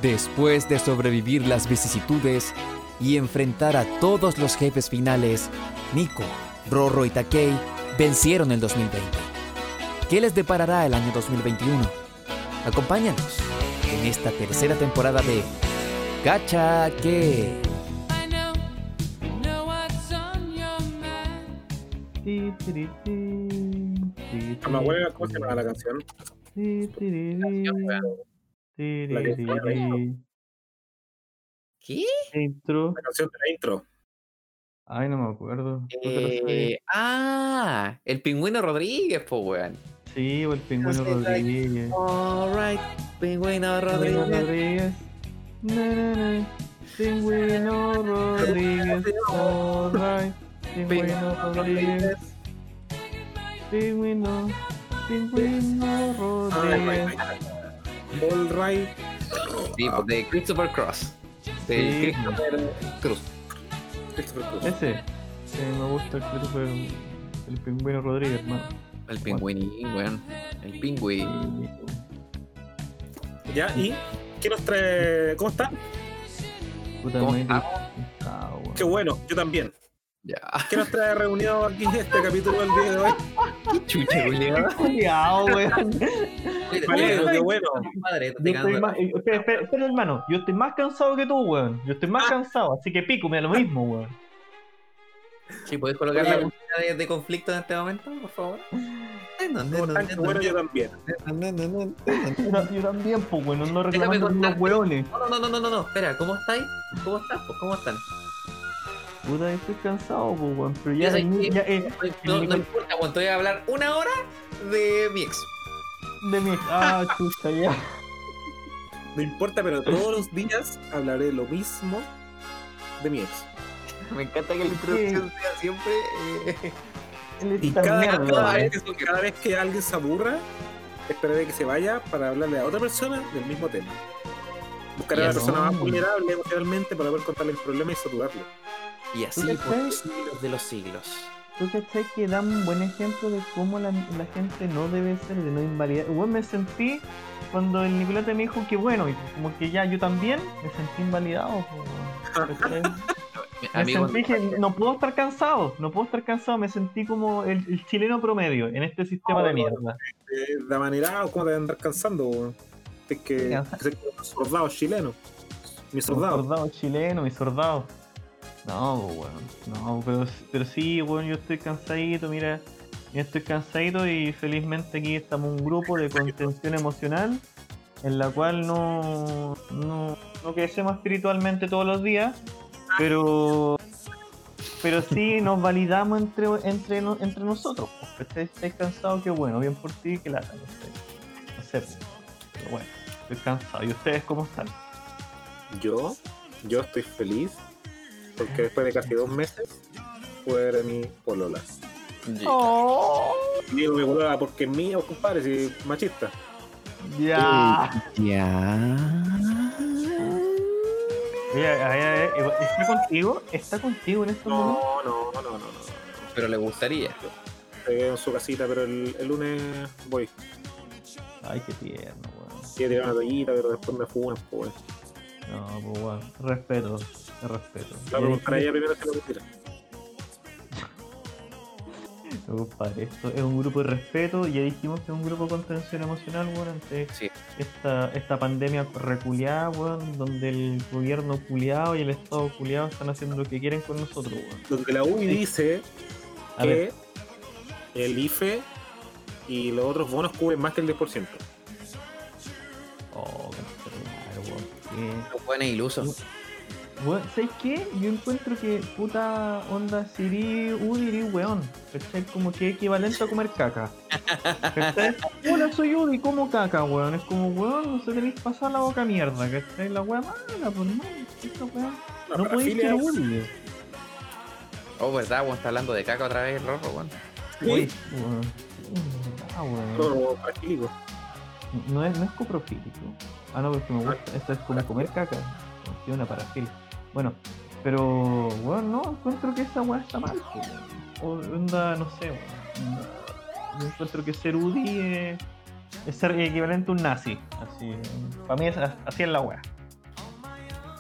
Después de sobrevivir las vicisitudes y enfrentar a todos los jefes finales, Nico, Rorro y Takei vencieron el 2020. ¿Qué les deparará el año 2021? Acompáñanos en esta tercera temporada de Cacha que... No me acuerdo cómo se llama la canción. La que fue la intro. ¿Qué? Intro. La canción de la intro. Ay, no me acuerdo. ¿Tú te lo sabes? El Pingüino Rodríguez, po, weón. Sí, o el Pingüino Rodríguez. Alright, Pingüino Pingüino Rodríguez. Rodríguez. Na, na, na. Pingüino Rodríguez. Alright. Pingüino Rodríguez. Pingüino Rodríguez. All right. Sí, pues de Christopher Cross. De Sí. Christopher Cruz. Christopher Cruz. Ese. Me gusta el Pingüino Rodríguez, hermano. El pingüiní, weón. El pingüí. Ya, ¿y qué nos trae? ¿Cómo están? Puta ¿Cómo madre. estamos? Qué bueno, yo también. Ya. ¿Qué nos trae reunido aquí en este capítulo del día de hoy? Qué chucha, culiado. Culeado, weón. Vale, qué bueno. Madre, Yo estoy más, espera, hermano, yo estoy más cansado que tú, weón. Yo estoy más cansado, así que pico, me da lo mismo, weón. Sí, ¿puedes colocar la música de conflicto en este momento, por favor? ¿Cómo están? Qué bueno, yo también. Yo también, pues, weón, no Déjame reclamando con los contarte. weones. No. Espera, ¿cómo estáis? ¿Cómo estás? Pues, ¿cómo están? Puta, estoy cansado, pues, weón. Pero ya, Ya sé ya, que- No importa, weón, te voy a hablar una hora de mi ex. de mi. Ah, chucha, ya. No importa, pero todos los días hablaré lo mismo de mi ex. Me encanta que la introducción sea siempre. Y Esta cada mierda, vez que alguien se aburra, esperaré que se vaya para hablarle a otra persona del mismo tema. Buscaré a la Eso. persona más vulnerable emocionalmente para poder contarle el problema y saturarlo. Y así ¿Tú por cachai? los siglos de los siglos. ¿Tú cachai que dan un buen ejemplo de cómo la gente no debe ser, de no invalidar? Bueno, me sentí cuando el Nicolás me dijo que bueno, y como que ya yo también me sentí invalidado. Pues, weón. ¿Cachai? Me Amigo, sentí que no puedo estar cansado, me sentí como el chileno promedio en este sistema de mierda. De manera, ¿cómo te van a andar cansando? Weón? Es que Cansa- ser soldado chileno. Mi Mi soldado. soldado chileno, mi soldado. No, pues, weón, no, pero sí, weón, yo estoy cansadito, mira, yo estoy cansadito y felizmente aquí estamos un grupo de contención emocional en la cual no crecemos espiritualmente todos los días, pero sí nos validamos entre nosotros. Pues, ¿estáis cansados? Qué bueno, bien por ti, que lata, no sé, pues, pero bueno, estoy cansado. ¿Y ustedes cómo están? Yo estoy feliz porque después de casi 2 meses pude ver a mi polola. ¡Oh! Digo mi polola porque es mía, compadre, si es machista. Ya. Ya. ¿Está contigo? ¿Está contigo en estos momentos? No. pero le gustaría. Estoy en su casita, pero el lunes voy. Ay, qué tierno, weón. Quiero tirar una toallita, pero después me fuman, pues. No, pues weón. Respeto, te respeto. La preguntaré a ella primero si lo retira. No, compadre, esto es un grupo de respeto. Ya dijimos que es un grupo de contención emocional, weón, ante Sí. esta pandemia reculeada, weón, donde el gobierno culiado y el estado culiado están haciendo lo que quieren con nosotros, weón. Donde la UBI dice A que ver, el IFE y los otros bonos cubren más que el 10%. oh, qué weón. Los buenos ilusos. Weón, ¿sabes qué? Yo encuentro que puta onda Siri Udi eres weón. ¿Cachai? Como que es equivalente a comer caca. ¿Cachai? Hola, soy Udi, como caca, weón. Es como weón, no se tenéis pasar la boca mierda, ¿cachai? La weá mala, pues no, esta weá. La No podéis ser parafilia. Udi. Oh, ¿verdad? Weón, está hablando de caca otra vez, Rorro, weón. Uy, Sí, weón. Weón. no, parafílico. No es coprofílico. Ah, no, porque me gusta. Esto es como comer caca. Sí, una parafilia. Bueno, pero, weón, no, encuentro que esa weá está mal, pues, weón. O onda, no sé, weón. Yo encuentro que ser UDI es ser equivalente a un nazi. Así, para mí es así es la weá.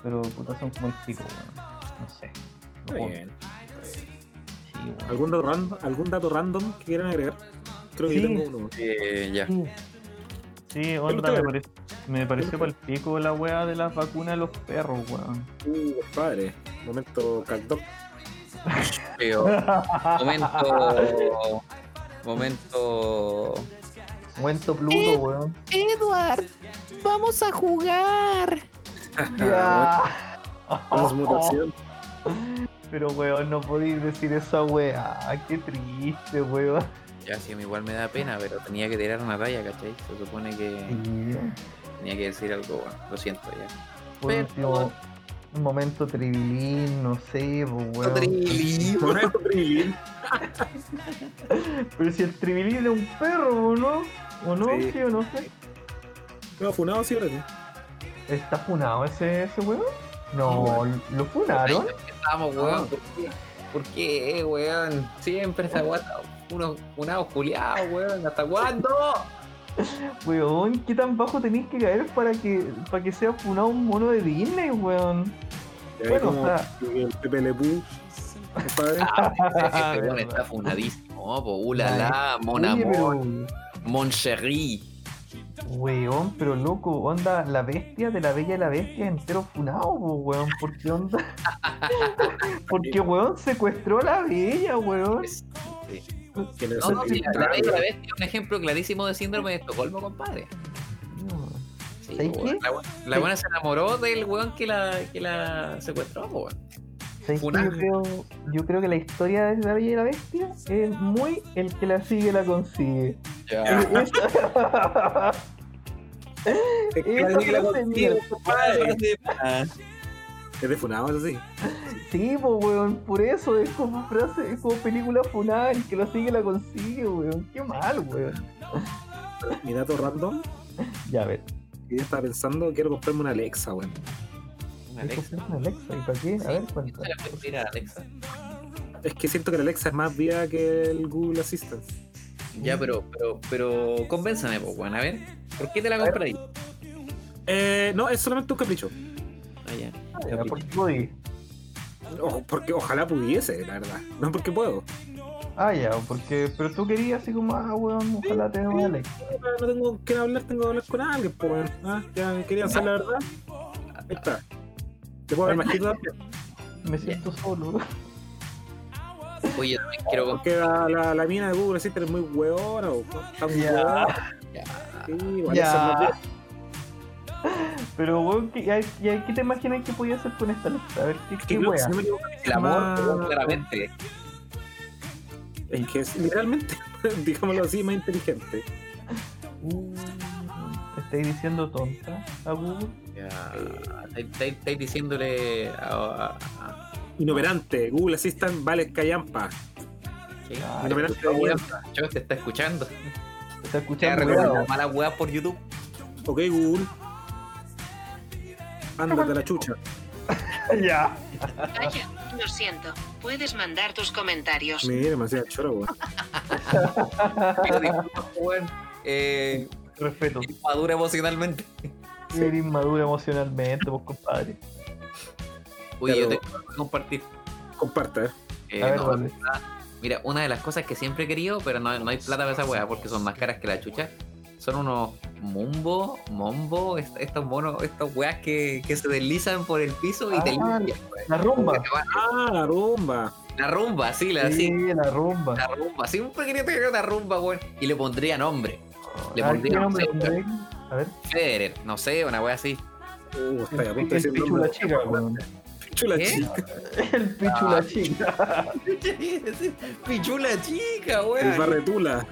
pero puta son como el pico, weón. No sé. Está No, bien. sí, weón. ¿Algún dato random que quieran agregar? Creo que Sí. yo tengo uno. Ya. Sí, onda, gusta? me pareció gusta? para el pico la weá de las vacunas de los perros, weón. Padre. Momento CatDog. Pero, momento. Momento Pluto, weón. Edward, vamos a jugar. Ya. Transmutación. Pero weón, no podéis decir esa weá. Qué triste, weón. Ya, sí, a mí igual me da pena, pero tenía que tirar una talla, ¿cachai? Se supone que Sí, tenía que decir algo, bueno, lo siento ya. por Pero- último, un momento tribilín, no sé, pues weón. Momento Tribilín. Pero si el tribilín es un perro, ¿o no? ¿O no? Sí. Sí, o no sé. No, funado sí, ahora sí. ¿Está funado ese weón? No, lo funaron. Estábamos, weón, ¿por qué, weón? Siempre está guata. Unos culiados, weón, ¿hasta cuándo? Weón, ¿qué tan bajo tenéis que caer para que sea funado un mono de Disney, weón? Y ahí Bueno, como o sea- el Pepe Le Pew, compadre. Este weón verdad. está funadísimo, po, ulala, mon Oye, amor, pero, mon chéri. weón, pero loco, onda, la bestia de la Bella y la Bestia entero funado, po, weón. ¿Por qué onda? Porque, weón, secuestró a la Bella, weón. Sí. Que en el No, no, sentido sí, la contrario. Bella y la Bestia es un ejemplo clarísimo de síndrome de Estocolmo, compadre. Sí, ¿Sabes weón, qué? la buena se enamoró del weón que la secuestró, po, weón. ¿Sabes qué? Funado. Yo creo que la historia de la Bella y la Bestia es muy el que la sigue la consigue. Es que Esa la niña la frase consigue, mía. compadre. Es de funado, eso sí. Sí, pues, weón, por eso es como frase, es como película funada, el que la sigue la consigue, weón. Qué mal, weón. Mi dato random. Ya, a ver. Y yo estaba pensando, quiero comprarme una Alexa, weón. Una ¿Esto Alexa. es una Alexa? ¿Y para qué? A ver, Sí, cuenta. se la puedo tirar a Alexa. Es que siento que la Alexa es más viva que el Google Assistant. Ya, pero convénzame, pues, weón, a ver. ¿Por qué te la ver. comprarí? No, es solamente un capricho. Ah, ya. Ya, ¿por qué podí? Porque ojalá pudiese, la verdad. No porque puedo. Ah, ya, porque. Pero tú querías así como, weón, ojalá tenga una Alexa. No tengo con quién hablar, tengo que hablar con alguien, pues, weón. Ah, ya quería hacer la verdad. Ahí está. ¿Te puedo ver más chico? Me siento solo. Oye, yo también quiero comprar. Porque la mina de Google Assistant es muy hueona, o tan Ya. hueona. Ya. Sí, igual Ya. esa es más bien. Pero, weón, ¿qué te imaginas que podía hacer con esta Alexa? A ver, Que ¿qué creo que, wea? si no me equivoco, El amor, más- weón, claramente. Es que es literalmente, digámoslo así, más inteligente. ¿Te estáis diciendo tonta a Google? Ya. Estáis diciéndole a Inoperante, Google Assistant vale callampa. ¿qué? Ah, Inoperante de Weón, mierda. Yo te está escuchando. ¿Te está Te escuchando? recomendar Weón? malas weas por YouTube. Ok, Google. Ándate a la chucha. Ya. Vaya, lo siento. Puedes mandar tus comentarios. Mira, demasiado choro, weón. Pido disculpas, weón. Respeto. Madura emocionalmente. Eres inmaduro emocionalmente, vos, compadre. Oye, yo Pero- tengo que compartir. Comparta, A ver, No, dale. mira, una de las cosas que siempre he querido, pero no hay plata para esa weá porque son más caras que la chucha, son unos mombo, estos monos, estos weas que se deslizan por el piso y te Ah, limpian, weón. La rumba. Ah, la rumba. La rumba, sí, Sí, la rumba. la rumba. Siempre quería tener una rumba, weón. Y le pondría nombre. Le A ver, pondría, ¿qué no nombre sé, pondré? A ver. Federer, no sé, una wea así. Está ahí a punto de El decir pichu la chica, weón. Chula ¿Qué? chica. El pichu la chica. Pichula chica, El weón. barretula.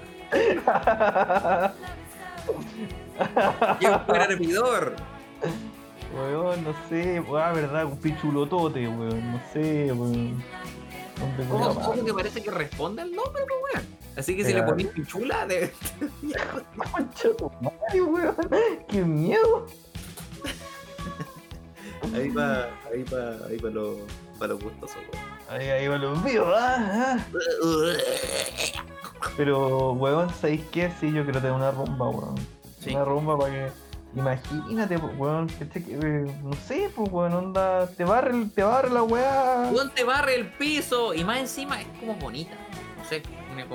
¿Quién fuera hervidor? Weón, no sé, weón, verdad, un pichulotote, weón, no sé, weón. Nombre ¿Cómo, culiao cómo que parece que responde al nombre, pues, weón? Así que si Ya. le ponís pichula, de... Concha tu madre, weón. Qué miedo. ahí va lo gustoso, weón. Ahí va los míos, Pero, weón, ¿sabéis qué? Sí, yo quiero tener una rumba, weón. Sí. Una rumba para que. Imagínate, pues, weón, no sé, pues, weón, onda, te barre la weá. Weón, te barre el piso y más encima es como bonita. No sé, tiene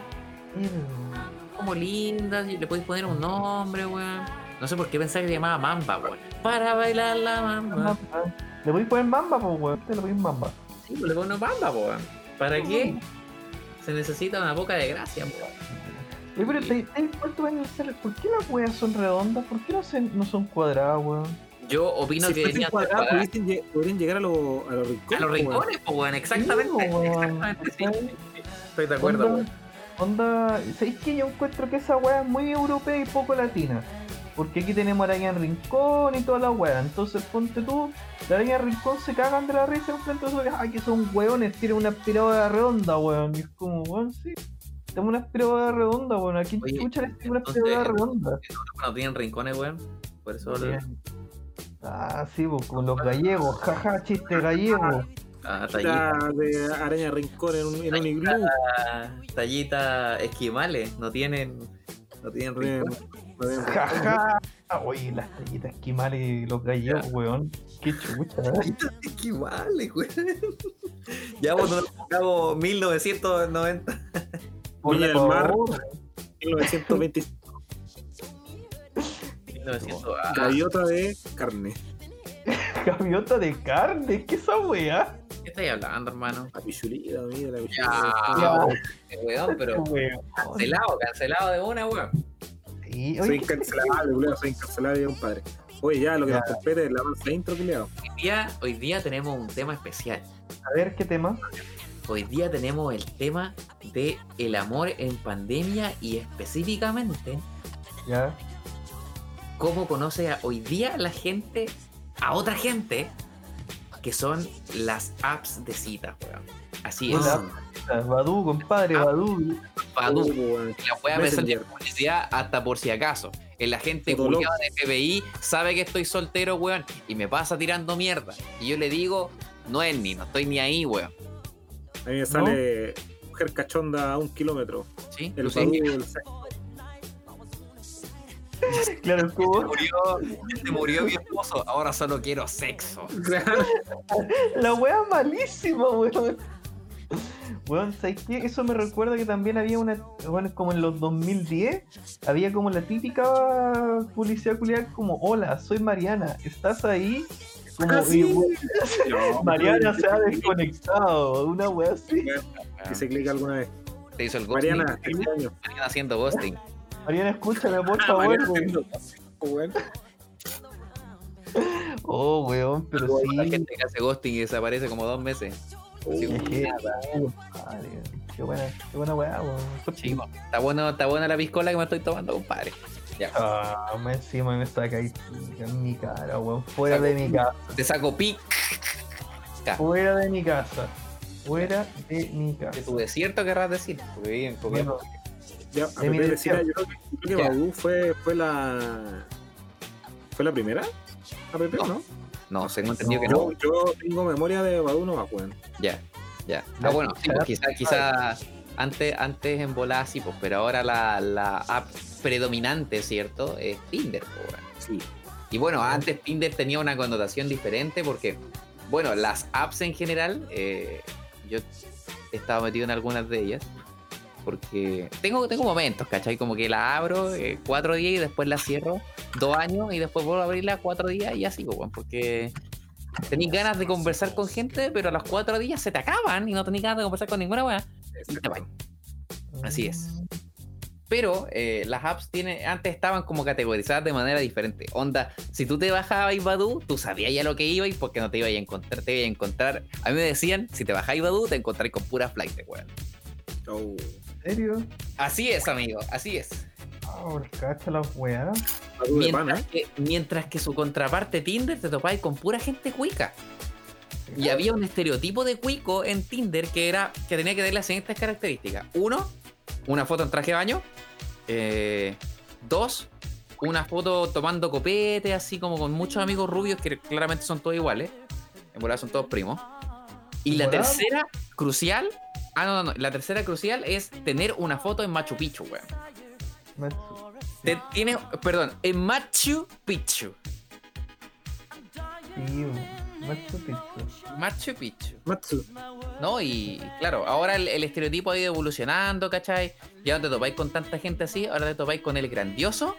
como linda, y le podéis poner un nombre, weón. No sé por qué pensaba que se llamaba Mamba, weón. Para bailar la Mamba. Le voy a poner Mamba, pues, weón, te lo voy a Mamba. Sí, pues le pongo Mamba, weón. ¿Para qué? Se necesita una poca de gracia, weón. Oye, pero te das cuenta en el celular, ¿por qué las weas son redondas? ¿Por qué no son cuadradas, weón? Yo opino Si que fuesen deberían ser cuadrados, cuadradas. podrían llegar a los rincones. A los weón. rincones, pues, weón, exactamente. Sí, weón. Exactamente, sí. Estoy de acuerdo, weón. Onda, ¿sabéis que yo encuentro que esa wea es muy europea y poco latina? Porque aquí tenemos araña en rincón y toda la wea. Entonces ponte tú, la araña en rincón se cagan de la risa en frente de eso, ay, que son weones, tienen una aspiradora redonda, weón. Y es como, weón, sí. Tengo una aspiradora redonda, weón. Aquí Oye, escucha una entonces, aspiradora redonda. Cuando tienen rincones, weón. Por eso. Ah, sí, pues con los gallegos, jaja, chiste gallego. Tallita. De araña rincón en un iglú. Tallita esquimales. No tienen rincones. Jaja. Oye, las tallitas esquimales y los gallegos, weón. Qué chucha, ¿eh? Tallitas esquimales, weón. Ya vos nos tocamos 1990. Viña del Mar, 1925. 1900. Gaviota de carne. Gaviota de carne, ¿qué esa weá? ¿Qué estáis hablando, hermano? La pichulita, mira, la Ya, pichulita. weón, pero cancelado de una, weón. Sí, Soy oye, incancelable, culiao, soy incancelable, compadre. Oye, ya, lo que Ya. nos compete es la mansa intro, culiao. Hoy día tenemos un tema especial. a ver, ¿qué tema? Hoy día tenemos el tema de el amor en pandemia y específicamente Ya. cómo conoce hoy día la gente a otra gente que son las apps de citas, weón. Así es. Hola. Badoo, compadre, Badoo. Badoo. weón. La voy a pensar Messenger. en publicidad hasta por si acaso. En la gente Fotolog. culiada de FBI sabe que estoy soltero, weón, y me pasa tirando mierda. Y yo le digo, no es ni, no estoy ni ahí, weón. A mí me sale mujer cachonda a 1 kilómetro. ¿Sí? El Sí. Badoo, el sexo. Claro, como Se murió mi esposo, ahora solo quiero sexo. la wea malísima, weón. Weón, ¿sabes qué? Eso me recuerda que también había una, bueno, como en los 2010, había como la típica publicidad culiada como, hola, soy Mariana, ¿estás ahí? Como, Ah, sí. y, Mariana se ha desconectado, una wea así. Que se clica alguna vez. Te hizo el ghosting. Mariana, 15 años. Mariana haciendo ghosting. Mariana, escúchame, por favor, Mariana, weón. weón. Oh, weón, pero La sí. gente que hace ghosting y desaparece como 2 meses. Sí, Es que- Madre, qué buena weá, weón. sí, po. Está buena la piscola que me estoy tomando, compadre. Ya. Ah, me encima me saca ahí en mi cara, weón. Fuera de mi casa. Te saco pic Fuera de mi casa. Fuera de mi de casa. tu desierto, querrás decir. Porque viven comiendo. Bueno, Ya, a De mi Pepe decía, deseo. yo creo que Ya. Badoo fue la primera. ¿A Pepe, no? No, tengo entendido que no. Yo tengo memoria de Badoo, no más, weón. Ya. Ah, bueno, sí, pues quizá antes en volada sí, pues, pero ahora la app predominante, ¿cierto? Es Tinder, pues, weón. Sí. Y bueno, antes Tinder tenía una connotación diferente porque, bueno, las apps en general, yo he estado metido en algunas de ellas, porque tengo momentos, ¿cachai? Como que la abro 4 días y después la cierro 2 años y después vuelvo a abrirla 4 días y así, pues, porque tenés ganas de conversar con gente, pero a los 4 días se te acaban y no tenés ganas de conversar con ninguna weá y te vas. Así es. Pero las apps antes estaban como categorizadas de manera diferente. Onda, si tú te bajabas Badoo, tú sabías ya lo que ibas porque no te ibas a encontrar. Te ibas a encontrar. A mí me decían, si te bajabas Badoo, te encontrás con puras flights, weón. Oh. ¿en serio? Así es, amigo, así es. Ah, cacha la weá. Badoo de pana. Mientras que su contraparte Tinder te topáis con pura gente cuica. Y había un estereotipo de cuico en Tinder que tenía que tener las siguientes características. 1, una foto en traje de baño. 2, una foto tomando copete, así como con muchos amigos rubios que claramente son todos iguales. En verdad son todos primos. Y la ¿Morado? tercera crucial. No. La tercera crucial es tener una foto en Machu Picchu, weón. Perdón, en Machu Picchu. Sí, Machu Picchu. Machu Picchu. Matsu. ¿No? Y claro, ahora el estereotipo ha ido evolucionando, ¿cachai? Ya no te topáis con tanta gente así, ahora te topáis con el grandioso.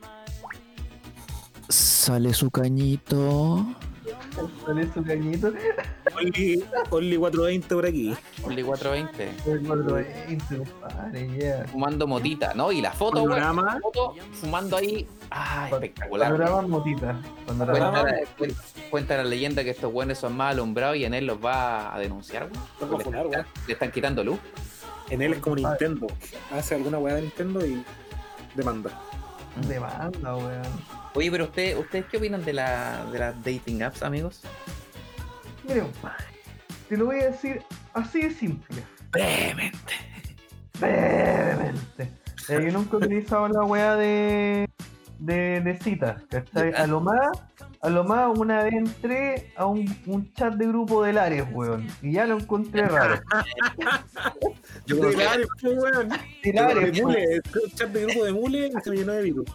Sale su cañito. Sale su cañito. Only 420 por aquí. Only 420. El gordo ese, compadre, yeah. Fumando motita, ¿no? Y la foto, güey. Panorama. La foto fumando ahí. Ah, espectacular. Panorama motita. Panorama. Cuenta la leyenda que estos güeyes son más alumbrados y en él los va a denunciar, Los va a funar, güey. Le están quitando luz. En él es como Nintendo. Hace alguna weá de Nintendo y demanda. Demanda, weón. Oye, pero ¿ustedes qué opinan de las dating apps, amigos? Miren, te lo voy a decir así de simple. Brevemente. Brevemente. Yo nunca he utilizado la weá de citas, ¿cachai? A lo más una vez entré a un chat de grupo de Lares, weón. Y ya lo encontré raro. Yo De conocí, Lares, pues, weón. De Lares, De weón. Mule. Un chat de grupo de Mule se me llenó de virus.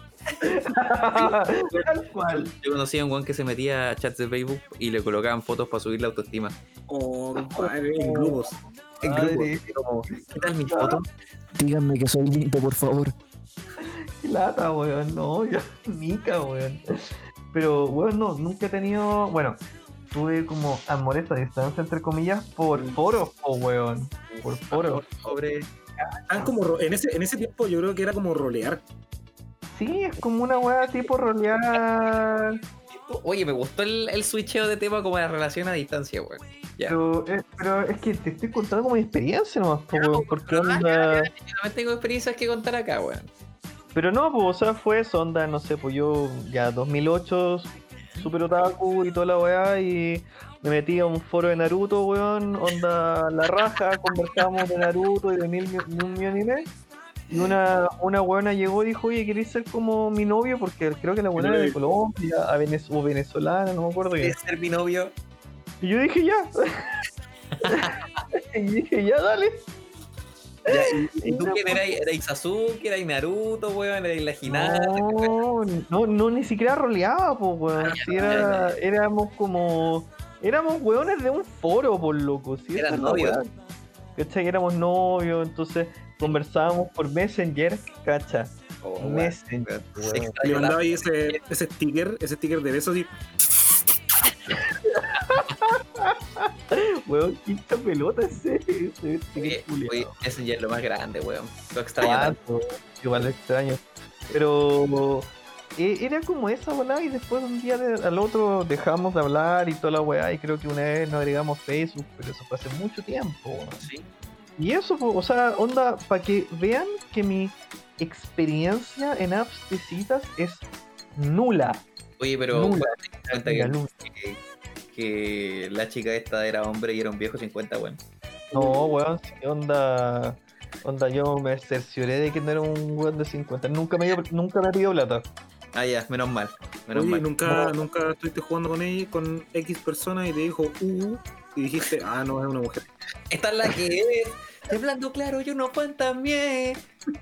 Tal cual. yo conocí a un güey que se metía a chats de Facebook y le colocaban fotos para subir la autoestima. Oh, compadre, en grupos. En Madre. grupos. Como, ¿qué tal mi foto? Díganme que soy lindo, por favor. Qué lata, weón. No, yo nica, weón. Pero, weón, no, nunca he tenido. Bueno, tuve como amores a distancia, entre comillas, por foros, weón. Por foros. Sobre... Ah, como en ese tiempo yo creo que era como rolear. Sí, es como una weá tipo rolear. Oye, me gustó el switcheo de tema como la relación a distancia, weón. Ya. Pero es que te estoy contando como mi experiencia nomás, po, weón. Porque Ya, onda. Yo también tengo experiencias que contar acá, weón. Pero no, pues, o sea, fue eso, onda, no sé, pues yo ya 2008, super otaku y toda la weá, y me metí a un foro de Naruto, weón, onda la raja, conversábamos de Naruto y de mil anime, y una weona llegó y dijo, oye, ¿querés ser como mi novio? Porque creo que la weona era de Colombia, o venezolana, no me acuerdo bien. ¿Quieres ser mi novio? Y yo dije, ya. Y dije, ya, dale. Ya, ¿y tú quién eras? ¿Erais Sasuke? ¿Erais Naruto, weón? ¿Erais la Hinata? No, ni siquiera roleaba, pues, weón. Si éramos weones de un foro, por loco. Si Eran esa es la novios. weá. ¿Cachai? Éramos novios, entonces conversábamos por Messenger, ¿cacha? Oh, weón. Messenger, weón. Le Extraño mandaba la- ahí ese sticker de besos y Weón, quinta pelota ese Oye, culiao. ese ya es lo más grande, weón. Lo extraño tanto. Tanto, igual lo extraño. Pero era como esa weá, y después un día al otro dejamos de hablar y toda la weá, y creo que una vez nos agregamos Facebook, pero eso fue hace mucho tiempo, weón. Sí. Y eso, o sea, onda, para que vean que mi experiencia en apps de citas es nula. Oye, pero Nula. weón, te das cuenta Nula. que la chica esta era hombre y era un viejo 50, weón. No, weón, sí, onda, yo me cercioré de que no era un weón de 50. Nunca me pidió plata. Ah, ya, menos mal. Menos oye, mal. nunca estuviste jugando con ella, con X persona y te dijo y dijiste, no, es una mujer. Esta es la que es. Hablando claro, yo no fantasmié.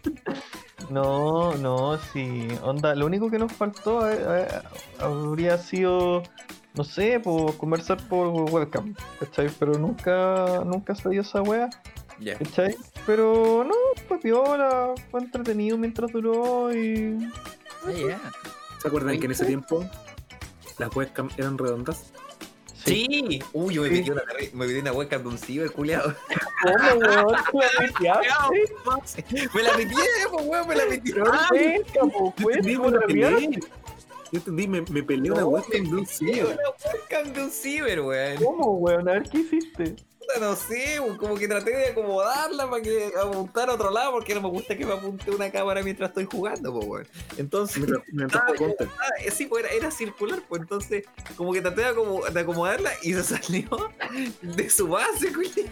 No, sí, onda, lo único que nos faltó habría sido, no sé, conversar por webcam, ¿cachai? Pero nunca se dio esa wea, Ya. ¿cachai? Pero no, fue piola, fue entretenido mientras duró y... Ah, ya. ¿Se acuerdan Oye, que en ese tiempo las webcams eran redondas? Sí. Uy, yo me Sí. metí una webcam de un ciber, culiado. ¿Cómo, weón? ¿La meteaste? Me la metí, pues, weón, me la metí. Pero cuenta, po, Yo cuenta, entendí, po, la peleé. Yo entendí, me peleé una No, webcam de un Sí, ciber. una webcam de un ciber, weón. ¿Cómo, weón? A ver, ¿qué hiciste? Puta, no sé, weón, como que traté de acomodarla para que apuntar a otro lado porque no me gusta que me apunte una cámara mientras estoy jugando, pues, weón. Entonces, Mientras te conté. sí, pues era circular, pues entonces como que traté de acomodarla y se salió de su base, culiao.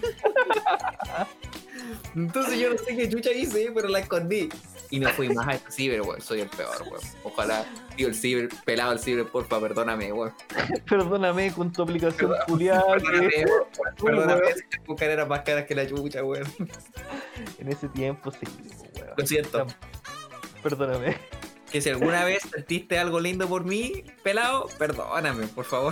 Entonces yo no sé qué chucha hice, pero la escondí. Y no fui más a este ciber, weón. Soy el peor, weón. Ojalá, tío, el ciber, pelado el ciber, porfa, perdóname, weón. Perdóname con tu aplicación culiada. Perdóname, que- weón. Perdóname, weón. si tengo careras más caras que la chucha, weón. En ese tiempo sí, weón. Lo siento. Perdóname. que si alguna vez sentiste algo lindo por mí, pelado, perdóname, por favor.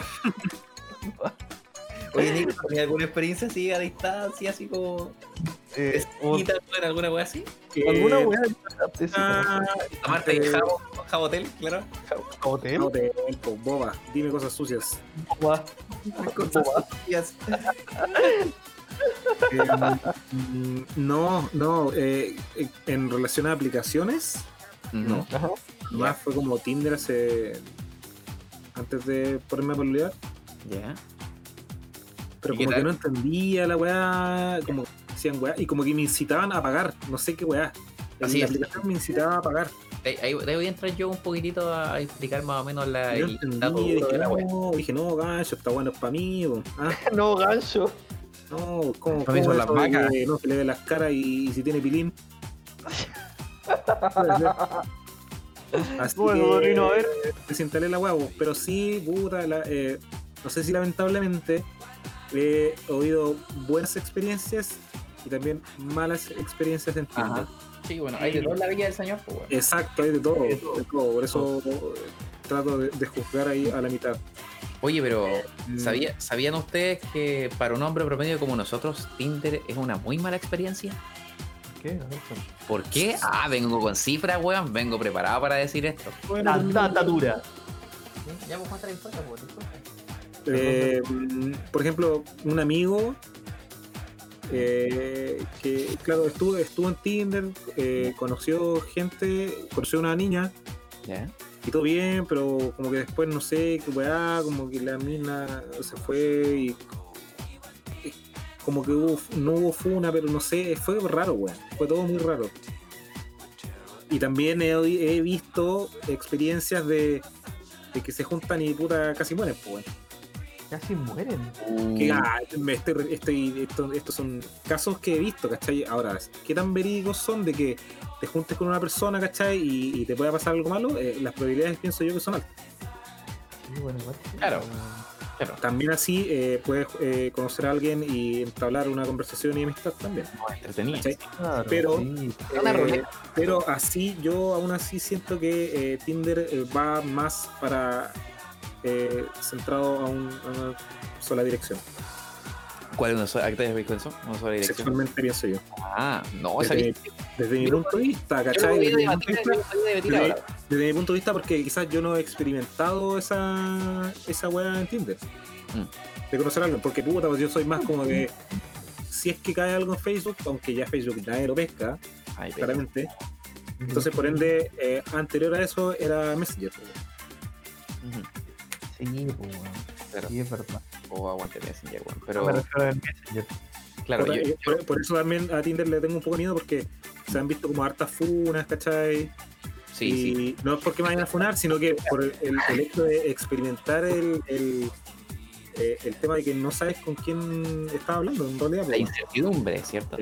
Oye, Nico, ¿tenías alguna experiencia así a distancia, así como esquita en alguna wea así? ¿Alguna weá? Tomarte jabotel, claro. ¿Hotel? No te boba, dime cosas sucias. Boba. Cosas sucias. No, en relación a aplicaciones, no. Ajá. Más fue como Tinder antes de ponerme a pololear, Ya. pero ¿Y qué como que tal? no entendía la weá, como decían weá, y como que me incitaban a pagar, no sé qué weá. Así La es. aplicación me incitaba a pagar. Ahí voy a entrar yo un poquitito a explicar más o menos Yo el entendí, dato duro de la wea. dije, no, gancho, está bueno para mí. No, gancho. No, ¿cómo Para mí son las eso de vacas. que no se le ve las caras y si tiene pilín? Así Bueno, que Dorino, a ver. desinstalé la huevo, pero sí, puta, no sé si lamentablemente he oído buenas experiencias y también malas experiencias en Tinder. Ajá. Sí, bueno, hay de todo en la vida del señor, pues bueno. Exacto, hay de todo, por eso trato de juzgar ahí a la mitad. Oye, pero Mm. ¿sabían ustedes que para un hombre promedio como nosotros, Tinder es una muy mala experiencia? ¿Qué? ¿Por qué? Ah, vengo con cifras, weón. Vengo preparado para decir esto. La data dura. Ya, pues cuenta la historia, pues. Por ejemplo, un amigo que, claro, estuvo en Tinder, conoció una niña Ya. y todo bien, pero como que después no sé qué weá, como que la mina se fue y como que no hubo funa, pero no sé, fue raro, weón, fue todo muy raro. Y también he visto experiencias de que se juntan y puta casi mueren, pues, weón. Casi mueren. Estos son casos que he visto, ¿cachai? Ahora, ¿qué tan verídicos son de que te juntes con una persona, ¿cachai? Y te pueda pasar algo malo? Las probabilidades pienso yo que son altas. Sí, bueno, igual sí. Claro. Claro. También así puedes conocer a alguien y entablar una conversación y amistad también, Entretenido. ¿cachai? Claro, Pero- sí. Una ruleta. Pero así, yo aún así siento que Tinder va más para centrado a una sola dirección. ¿Cuál es una sola? ¿A qué te refieres con eso? Una sola dirección. Sexualmente pienso yo. Ah, no, esa Desde mi punto de vista, Yo lo ¿cachai? voy a Desde mi punto de debatir, vista- yo lo voy a debatir desde- ahora. desde mi punto de vista, porque quizás yo no he experimentado esa weá en Tinder. De conocer a alguien, porque puta, pues yo soy más como de. Si es que cae algo en Facebook, aunque ya Facebook nadie lo pesca, Ay, claramente. Entonces, por ende, anterior a eso era Messenger. Ujú. Sí, pues, bueno. Claro. Sí, es verdad. O aguante Messenger, weón. No Pero, me refiero al Messenger. claro, Puta, yo, por eso también a Tinder le tengo un poco de miedo, porque se han visto como hartas funas, ¿cachai? sí, y sí. no es porque me vayan a funar, sino que por el hecho de experimentar el tema de que no sabes con quién estás hablando, en realidad. La pues, incertidumbre, ¿cierto?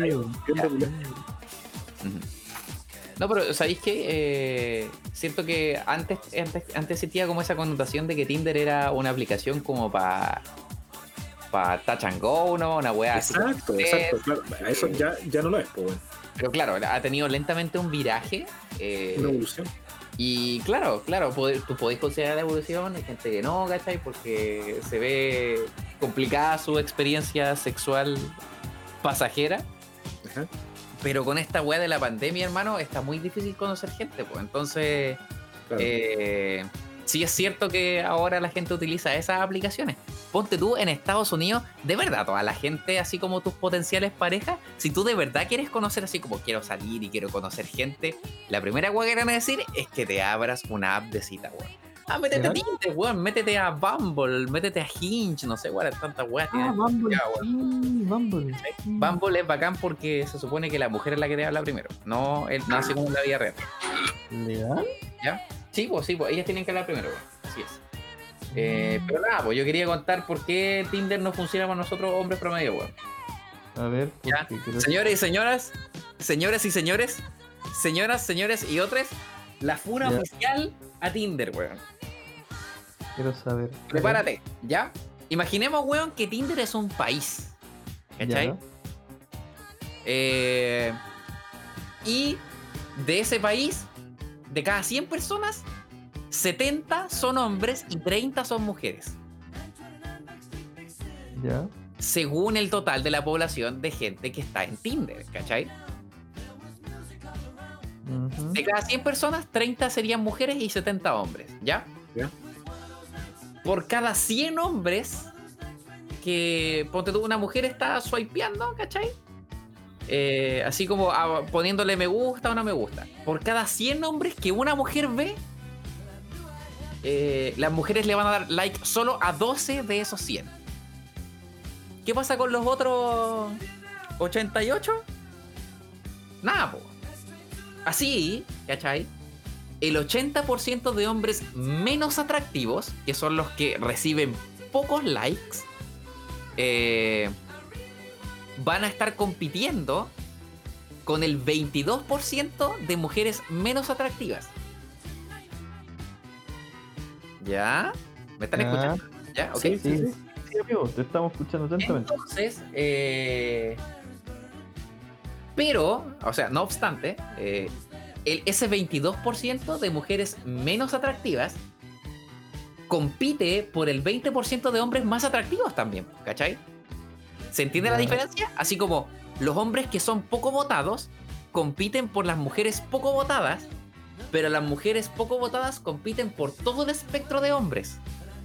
Ujú. No, pero ¿sabéis qué? Siento que antes sentía como esa connotación de que Tinder era una aplicación como para touch and go, ¿no? Una wea así. Exacto, claro. Eso ya no lo es, pues, bueno, Pero claro, ha tenido lentamente un viraje. una evolución. Y claro, tú podés considerar la evolución, hay gente que no, ¿cachai? Porque se ve complicada su experiencia sexual pasajera. Ajá. Pero con esta weá de la pandemia, hermano, está muy difícil conocer gente, pues. Entonces, Claro. sí es cierto que ahora la gente utiliza esas aplicaciones. Ponte tú en Estados Unidos, de verdad, toda la gente, así como tus potenciales parejas, si tú de verdad quieres conocer, así como quiero salir y quiero conocer gente, la primera weá que van a decir es que te abras una app de cita, weón. Ah, métete a Ajá. Tinder, weón, métete a Bumble, métete a Hinge, no sé, weón, tantas weas tienen. Bumble. Ya, weón. Sí, Bumble. Bumble es bacán porque se supone que la mujer es la que te habla primero, no así como en la vida real. ¿Legal? ¿Ya? Sí, pues, ellas tienen que hablar primero, weón. Así es. Pero nada, pues yo quería contar por qué Tinder no funciona para nosotros hombres promedio, weón. A ver, Ya. porque creo- Señores y señoras, señores y señores, señoras, señores y otros, la funa Ya. oficial a Tinder, weón. quiero saber. Prepárate, ¿ya? Imaginemos, weón, que Tinder es un país. ¿Cachai? Ya. Y de ese país de cada 100 personas, 70 son hombres y 30 son mujeres. Ya. Según el total de la población de gente que está en Tinder, ¿cachai? Ujú. De cada 100 personas, 30 serían mujeres y 70 hombres, ¿ya? Ya. Por cada 100 hombres que, ponte tú, una mujer está swipeando, ¿cachai? Así como poniéndole me gusta o no me gusta. Por cada 100 hombres que una mujer ve, las mujeres le van a dar like solo a 12 de esos 100. ¿Qué pasa con los otros 88? Nada, po. Así, ¿cachai? El 80% de hombres menos atractivos, que son los que reciben pocos likes, van a estar compitiendo con el 22% de mujeres menos atractivas. ¿Ya? ¿Me están Ya. escuchando? ¿Ya? ¿Ok? Sí, sí, amigo, te estamos escuchando atentamente. Entonces, pero, o sea, no obstante, ese 22% de mujeres menos atractivas compite por el 20% de hombres más atractivos también, ¿cachai? ¿Se entiende la Ya. diferencia? Así como los hombres que son poco votados compiten por las mujeres poco votadas, pero las mujeres poco votadas compiten por todo el espectro de hombres.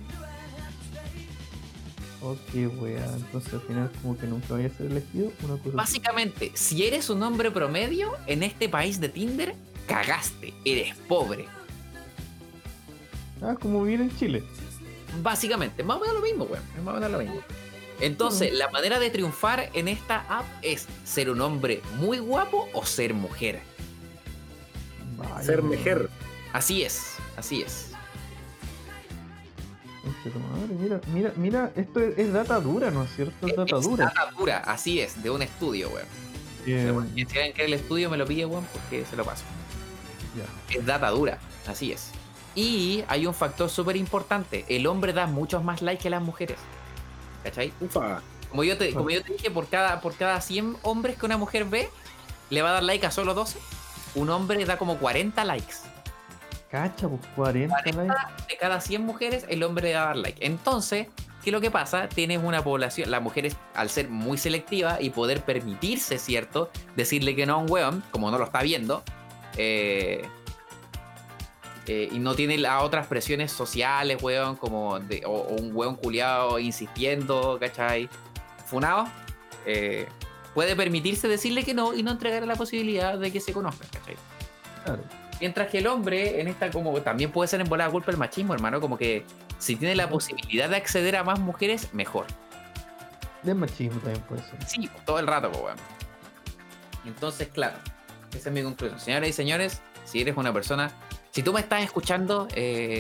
Ok, wea, entonces al final como que nunca vaya a ser elegido una cosa. Básicamente, si eres un hombre promedio en este país de Tinder, cagaste, eres pobre. Ah, como vivir en Chile. Básicamente, más o menos lo mismo, weón. Es más o menos lo mismo. Entonces, la manera de triunfar en esta app es ser un hombre muy guapo o ser mujer. Vaya, Ser weón. mujer. Así es, así es. Concha tu madre, mira, esto es data dura, ¿no es cierto? Es data dura. data dura, así es, de un estudio, weón. Si quieren que el estudio me lo pide, weón, porque se lo paso. Ya. Es data dura, así es. Y hay un factor súper importante. El hombre da muchos más likes que las mujeres. ¿Cachai? Ufa. Como yo te dije, por cada 100 hombres que una mujer ve, le va a dar like a solo 12. Un hombre da como 40 likes. Cacha, pues 40 likes. De cada 100 mujeres, el hombre le va a dar like. Entonces, ¿qué es lo que pasa? Tienes una población, las mujeres, al ser muy selectiva y poder permitirse, ¿cierto? Decirle que no a un weón, como no lo está viendo, y no tiene las otras presiones sociales, weón, como o un weón culiado insistiendo, ¿cachai? Funado, puede permitirse decirle que no y no entregar la posibilidad de que se conozcan, ¿cachai? Claro. Mientras que el hombre, en esta, como también puede ser en volada culpa el machismo, hermano, como que si tiene la posibilidad de acceder a más mujeres, mejor. De machismo también puede ser. Sí, todo el rato, pues, weón. Entonces, claro, esa es mi conclusión. Señoras y señores, si eres una persona, si tú me estás escuchando,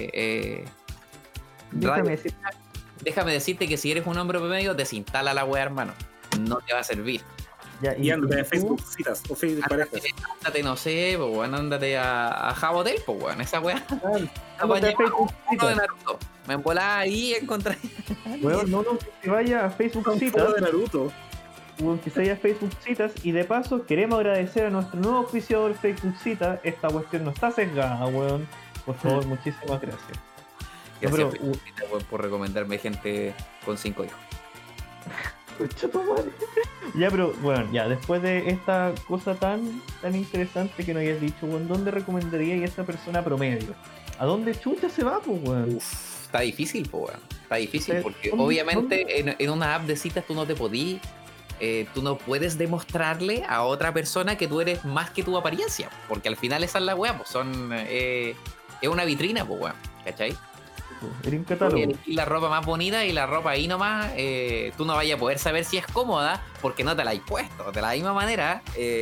déjame decirte que si eres un hombre promedio, desinstala la wea, hermano. No te va a servir. Ya, Y ándate a tú- Facebook citas o Facebook parejas. Ándate, no sé, pues, weón, ándate a Jabotel, pues, weón, esa wea. Claro, ándate a Facebook Uno de citas. Naruto. Me embolaba ahí y encontré. Weón, no, que vaya a Facebook Un citas. juego de Naruto. Weón, que se vaya a Facebook citas. Y de paso, queremos agradecer a nuestro nuevo oficiador Facebook Citas. Esta cuestión no está sesgada, weón. Por favor, muchísimas gracias. Gracias, pero- Felicita, weón, por recomendarme gente con 5 hijos. Concha tu madre. Ya, pero bueno, ya, después de esta cosa tan interesante que nos hayas dicho, weón, ¿dónde recomendarías a esa persona promedio? ¿A dónde chucha se va, pues, weón? Está difícil, po, weón. Está difícil porque ¿Dónde- obviamente en una app de citas tú no te podís, tú no puedes demostrarle a otra persona que tú eres más que tu apariencia, porque al final esa es la weá, pues es una vitrina, pues, weón, ¿cachai? Era un Porque catálogo. elegir la ropa más bonita y la ropa ahí nomás, tú no vayas a poder saber si es cómoda porque no te la has puesto. De la misma manera,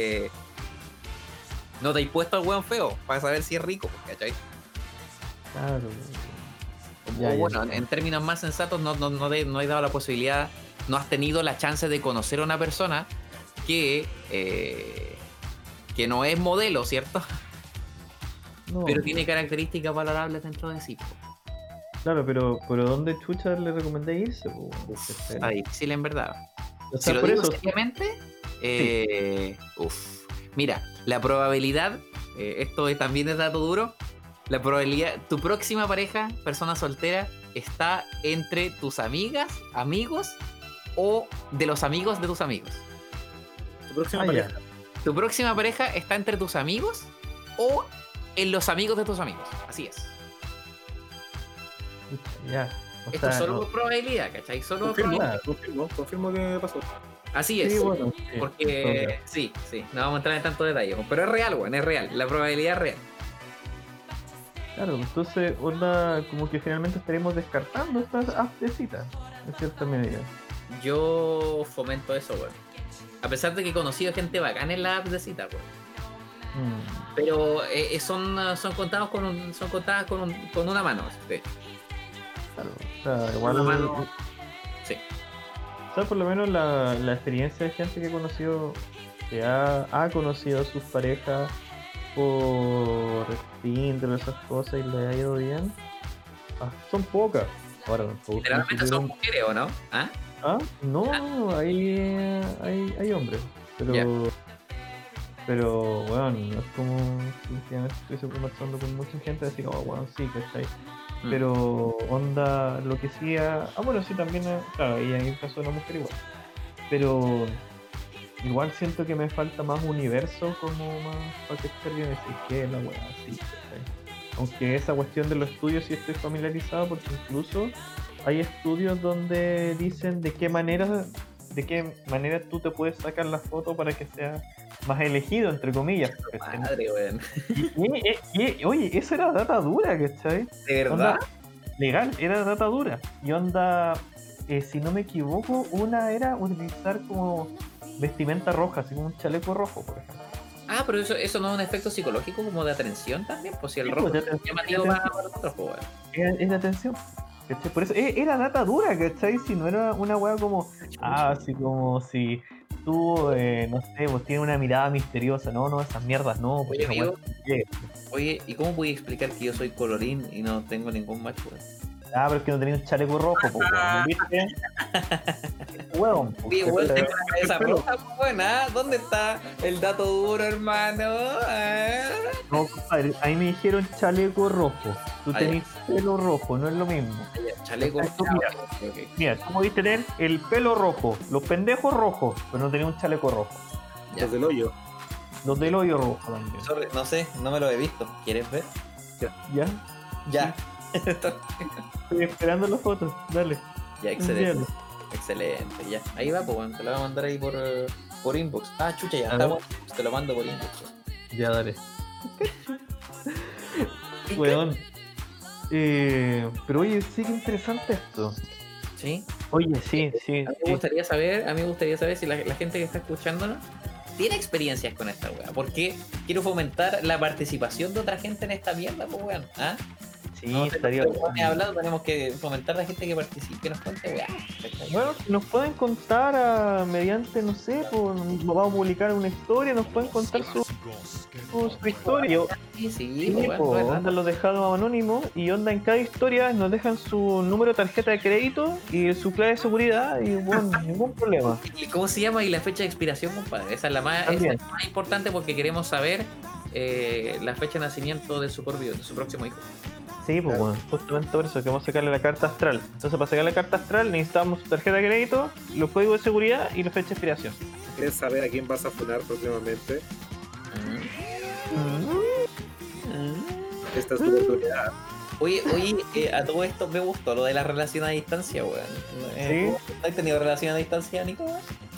no te has puesto al weón feo para saber si es rico, ¿cachai? Claro. O Ya, bueno, ya. en términos más sensatos, no has dado la posibilidad, no has tenido la chance de conocer a una persona que no es modelo, ¿cierto? No, Pero tiene características valorables dentro de sí. claro, pero ¿dónde chucha le recomendé irse, po, weón? Está difícil en verdad. O Si sea, lo por digo eso, seriamente, mira, la probabilidad también es dato duro. La probabilidad, tu próxima pareja, persona soltera, está entre tus amigas, amigos o de los amigos de tus amigos. Tu próxima Ah, pareja. ya. Tu próxima pareja está entre tus amigos o en los amigos de tus amigos. Así es. Ya. O Esto sea, es solo no- por probabilidad, ¿cachai? Solo por Confirmo, probabilidad. confirmo que pasó. Así es. Sí, bueno, sí, Porque sí, no vamos a entrar en tanto detalle. Pero es real, weón, es real. La probabilidad es real. Claro, entonces, onda, como que finalmente estaremos descartando estas apps de cita, en cierta medida. Yo fomento eso, weón. A pesar de que he conocido gente bacana en la app de cita, weón. Pero son contados son contadas con una mano. De hecho. Claro, o sea, igual. Una mano. Sí. O sea, por lo menos la experiencia de gente que he conocido, que ha conocido a sus parejas por Tinder o esas cosas y le ha ido bien, son pocas. Ahora, tampoco Generalmente son mujeres, ¿o no? ¿Ah? No, hay hombres, pero Ya. pero bueno, no es como si estuviese conversando con mucha gente decir, oh bueno, sí, ¿cachai? Mm. Pero onda, lo que sí bueno, sí también, claro, y hay un caso de una mujer igual, pero igual siento que me falta más universo como más para que esté bien decir que es la weá, sí, ¿cachai? Aunque esa cuestión de los estudios sí estoy familiarizado porque incluso hay estudios donde dicen de qué manera tú te puedes sacar la foto para que sea más elegido, entre comillas. ¿cachai? Madre, weón. Oye, eso era data dura, ¿cachai? ¿De verdad? Onda, legal, era data dura. Y onda, si no me equivoco, una era utilizar como vestimenta roja, así como un chaleco rojo, por ejemplo. Ah, pero eso no es un efecto psicológico como de atención también, pues si el Sí, rojo pues, es llamativo para nosotros, pues, weón. Es de atención. ¿Cachai? Por eso era data dura, ¿cachai? Si no era una weá como, así como si tú, no sé, pues tienes una mirada misteriosa, no, esas mierdas no, pues Oye, esa weá amigo. no llega. Oye, ¿y cómo voy a explicar que yo soy colorín y no tengo ningún match, weón? Pero es que no tenía un chaleco rojo, pues weón, ¿viste? Weón, pues, Oye, weón, ¿cachai? tengo la cabeza roja, pues, weón, ¿ah? ¿Dónde está el dato duro, hermano? ¿Ah? No, compadre, ahí me dijeron chaleco rojo. Tú Ah, tenés pelo rojo, no es lo mismo. Chaleco. Exacto, ah, mira. ok. Mira, tú podés tener el pelo rojo, los pendejos rojos, pero no tenés un chaleco rojo. Ya. Los del hoyo. Los del hoyo rojo también. Sorry, no sé, no me lo he visto. ¿Quieres ver? ¿Ya? Ya. Estoy esperando las fotos, dale. Ya, excelente. envíalo. Excelente, ya. Ahí va, pues, weón. Te lo voy a mandar ahí por inbox. Ah, chucha, ya. A Está ver. bueno. Te lo mando por inbox. Ya, dale. Weón. Pero oye, sí que interesante esto. Sí. Oye, sí. A mí me gustaría saber si la gente que está escuchándonos tiene experiencias con esta weá. Porque quiero fomentar la participación de otra gente en esta mierda, pues weón. ¿Ah? Sí, No, estaría tenemos que bueno. hablado, tenemos que fomentar a la gente que participe, que nos cuente weá. Bueno, nos pueden contar mediante, no sé, vamos a publicar una historia, nos pueden contar su historia. Sí, Sí, pues, weón, po, no es nada. onda los dejamos anónimos y onda en cada historia nos dejan su número de tarjeta de crédito y su clave de seguridad y bueno, ningún problema. ¿Y cómo se llama y la fecha de expiración, compadre? Esa es la más, También. esa es la más importante porque queremos saber la fecha de nacimiento de su próximo hijo. Sí, pues bueno, justamente por eso queremos sacarle la carta astral. Entonces para sacar la carta astral necesitamos su tarjeta de crédito, los códigos de seguridad y la fecha de expiración. ¿Quieres saber a quién vas a funar próximamente? Esta es tu oportunidad. Oye, a todo esto me gustó lo de la relación a distancia, weón. ¿Has tenido relación a distancia, Nico?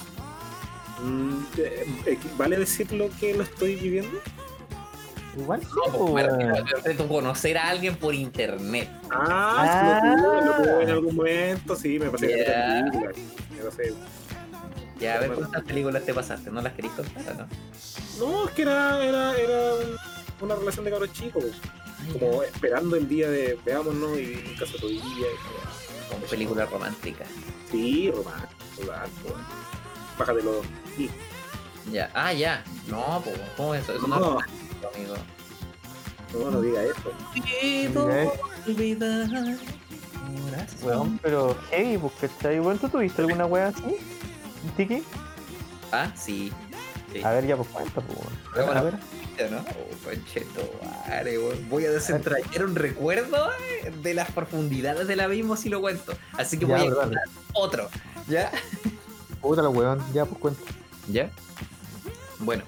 ¿Vale decir lo que lo estoy viviendo? Igual sí, No, pues, me weón. refiero a conocer a alguien por internet. Ah, sí, lo tuve en algún momento, sí, me pasé Ya. la película. Me pasé. Ya, a ver cuántas películas te pasaste, ¿no las querís contar o no? No, es que era una relación de cabros chicos, como esperando el día de veámonos y nunca se podía. Como película romántica. Sí, romántico. Bájatelo. Sí. Ya, ya. No, pues, ¿cómo es eso? Eso no es No, romántico, amigo. no diga eso. Mira, Olvidar. weón, pero hey, pues ¿cachai? Bueno, ¿tú tuviste alguna wea así? ¿Tiki? Ah, sí. Sí. A ver, ya pues cuenta, pues. Pero A bueno, ver. ¿no? Conchetumare, weón. Voy a desentrañar un recuerdo de las profundidades del abismo si lo cuento. Así que Ya, voy a pero contar otro. ¿Ya? Puta la weón, ya pues cuenta. ¿Ya? Bueno.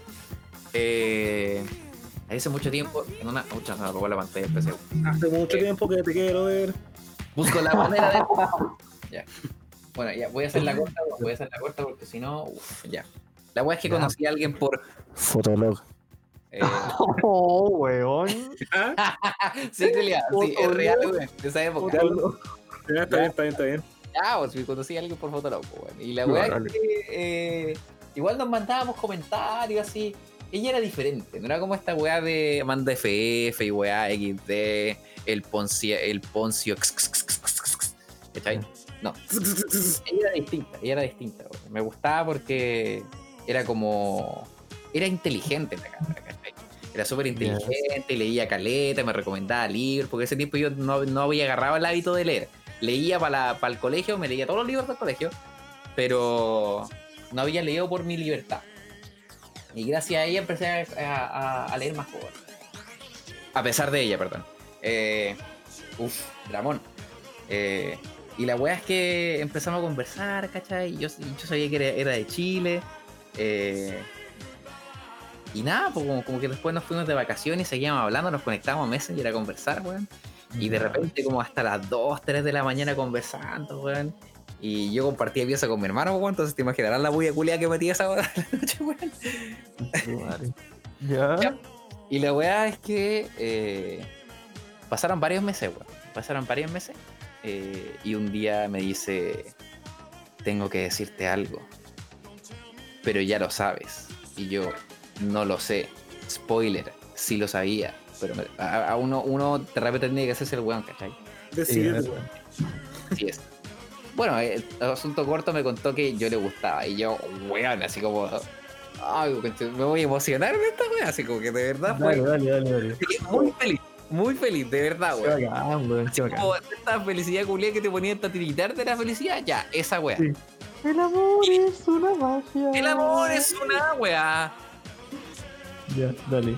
Hace mucho tiempo, en una. Mucha se me apagó la pantalla del PC. Hace mucho tiempo que te quiero ver. Busco la manera de. Ya. Bueno, ya, voy a hacer la corta, porque si no, ya. La weá es que Ya. conocí a alguien por. Fotolog. Oh, weón. Sí, culiao, sí, es real, weón, de esa época. Está bien. Ya, pues sí, conocí a alguien por Fotolog, weón. Y la Ya, weá es dale. que igual nos mandábamos comentarios así. Ella era diferente, no era como esta weá de Amanda FF y weá XD, el Poncio, ¿cachai? No, ella era distinta, weón. Me gustaba porque era como. Era inteligente la cabra, ¿cachai? Era súper inteligente, leía caleta, me recomendaba libros, porque ese tiempo yo no había agarrado el hábito de leer. Leía para el colegio, me leía todos los libros del colegio, pero no había leído por mi libertad. Y gracias a ella empecé a leer más cosas. A pesar de ella, perdón. Dramón. Y la weá es que empezamos a conversar, ¿cachai? Yo sabía que era de Chile. Y nada, pues como que después nos fuimos de vacaciones, seguíamos hablando, nos conectábamos a Messenger a conversar, weón. Y de repente como hasta las 2, 3 de la mañana conversando, weón. Y yo compartía pieza con mi hermano, weón, entonces te imaginarás la bulla culia que metía esa hora de la noche, weón. Ya. Y la weá es que pasaron varios meses, weón. Y un día me dice, tengo que decirte algo, pero ya lo sabes. Y yo, no lo sé. Spoiler, sí lo sabía. Pero a uno de repente tenía que hacerse el weón, ¿cachai? Decir, Así es. Bueno, el asunto corto me contó que yo le gustaba. Y yo, weón, así como. Ay, me voy a emocionar de esta weón. Así como que de verdad fue. Dale. Muy feliz, de verdad, Qué weón. bacán, weón, qué bacán. Como esta felicidad culia que te ponía a tiritar de la felicidad, ya, esa weá. Sí. El amor es una magia. El amor es una weá. Ya, dale.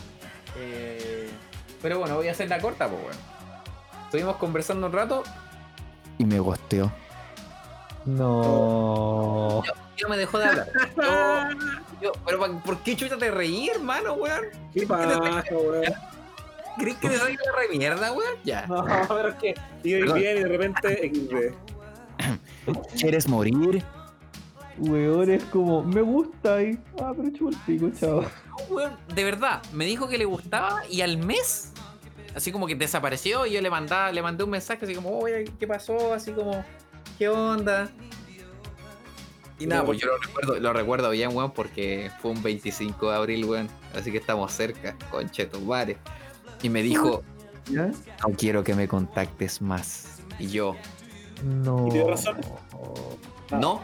Pero bueno, voy a hacer la corta, pues bueno. Estuvimos conversando un rato y me gosteó. No. Yo me dejó de hablar. Pero ¿por qué chucha te reí, hermano, weón? ¿qué pasa, weón? ¿Crees que te salga la re mierda, weón? Ya. No, pero es que iba Perdón. bien y de repente XD. ¿Quieres morir? Weón, es como, me gusta y. Pero chupa el pico, chao. Weón, de verdad, me dijo que le gustaba y al mes, así como que desapareció y yo le mandé un mensaje así como, oye, ¿qué pasó? Así como, ¿qué onda? Y nada, pues yo lo recuerdo bien, weón, porque fue un 25 de abril, weón, así que estamos cerca, conchetumare. Y me dijo, ¿Ya? no quiero que me contactes más. Y yo, No. ¿Y tiene razón? no.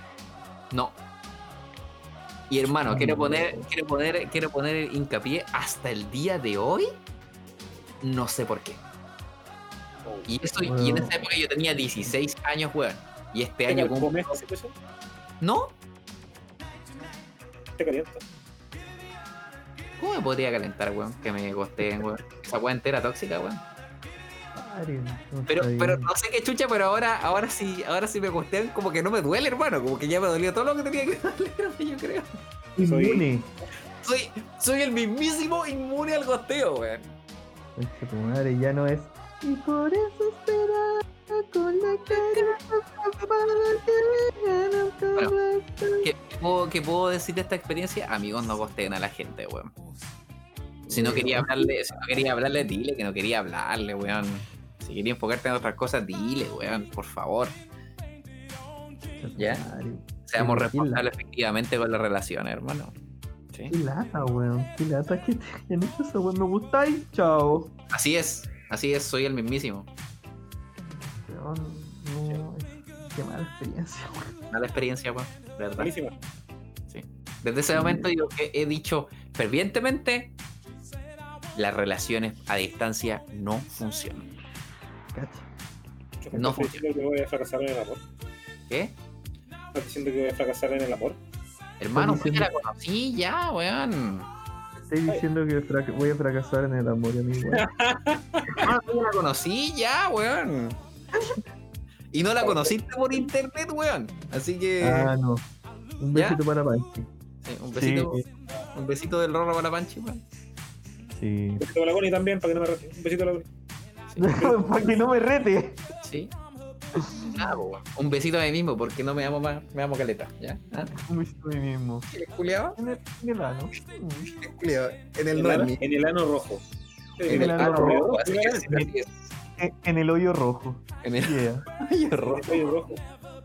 Y hermano, quiero poner hincapié hasta el día de hoy, no sé por qué. Y en esa época yo tenía 16 años, weón. Y este año ¿Cómo como... me hace eso? ¿No? Te caliento. ¿Cómo me podría calentar, weón? Que me gosteen, weón. Esa weón entera tóxica, weón. Pero no sé qué chucha, pero ahora sí me gostean, como que no me duele, hermano. Como que ya me dolió todo lo que tenía que doler, yo creo. Inmune. Soy el mismísimo inmune al gosteo, weón. Concha tu madre, ya no es. Y por eso espera con la cara. ¿Qué puedo decir de esta experiencia? Amigos, no gosteen a la gente, weón. Si no quería hablarle, dile que no quería hablarle, weón. Si quería enfocarte en otras cosas, dile, weón, por favor. ¿Ya? Seamos responsables efectivamente con las relaciones, hermano. ¿Sí? Qué lata, weón. Qué lata que te hayan hecho eso, weón. Me gustáis, chao. Así es, soy el mismísimo. Weón, no, qué mala experiencia, weón. Mala experiencia, weón, de verdad. Buenísima. Sí. Desde ese momento yo he dicho fervientemente, las relaciones a distancia no funcionan. Cacha. No ¿Estás diciendo que voy a fracasar en el amor? ¿Qué? ¿Estás diciendo que voy a fracasar en el amor? Hermano, Estoy pues ya diciendo- la conocí ya, weón. Estoy diciendo que voy a fracasar en el amor, amigo. Hermano, pues ya la conocí ya, weón. Y no la conociste por internet, weón. Así que. Ah, no. Un ¿Ya? besito para Panchi. Sí, un Sí, besito del Rorro para la Panchi, weón. sí. Un besito a la Connie también, para que no me rete. Un besito a la Connie. Para que no me rete. Sí. Ah, pues, weón. Un besito a mí mismo, porque no me amo más, me amo caleta, ¿ya? ¿Ah? Un besito a mí mismo. ¿Qué culiao? En el ano. ¿Qué culiao? En En el Noemi. el ano rojo. En el ano ano rojo. rojo, así que así es. En el hoyo rojo. En el Yeah. hoyo rojo. Oye, rojo.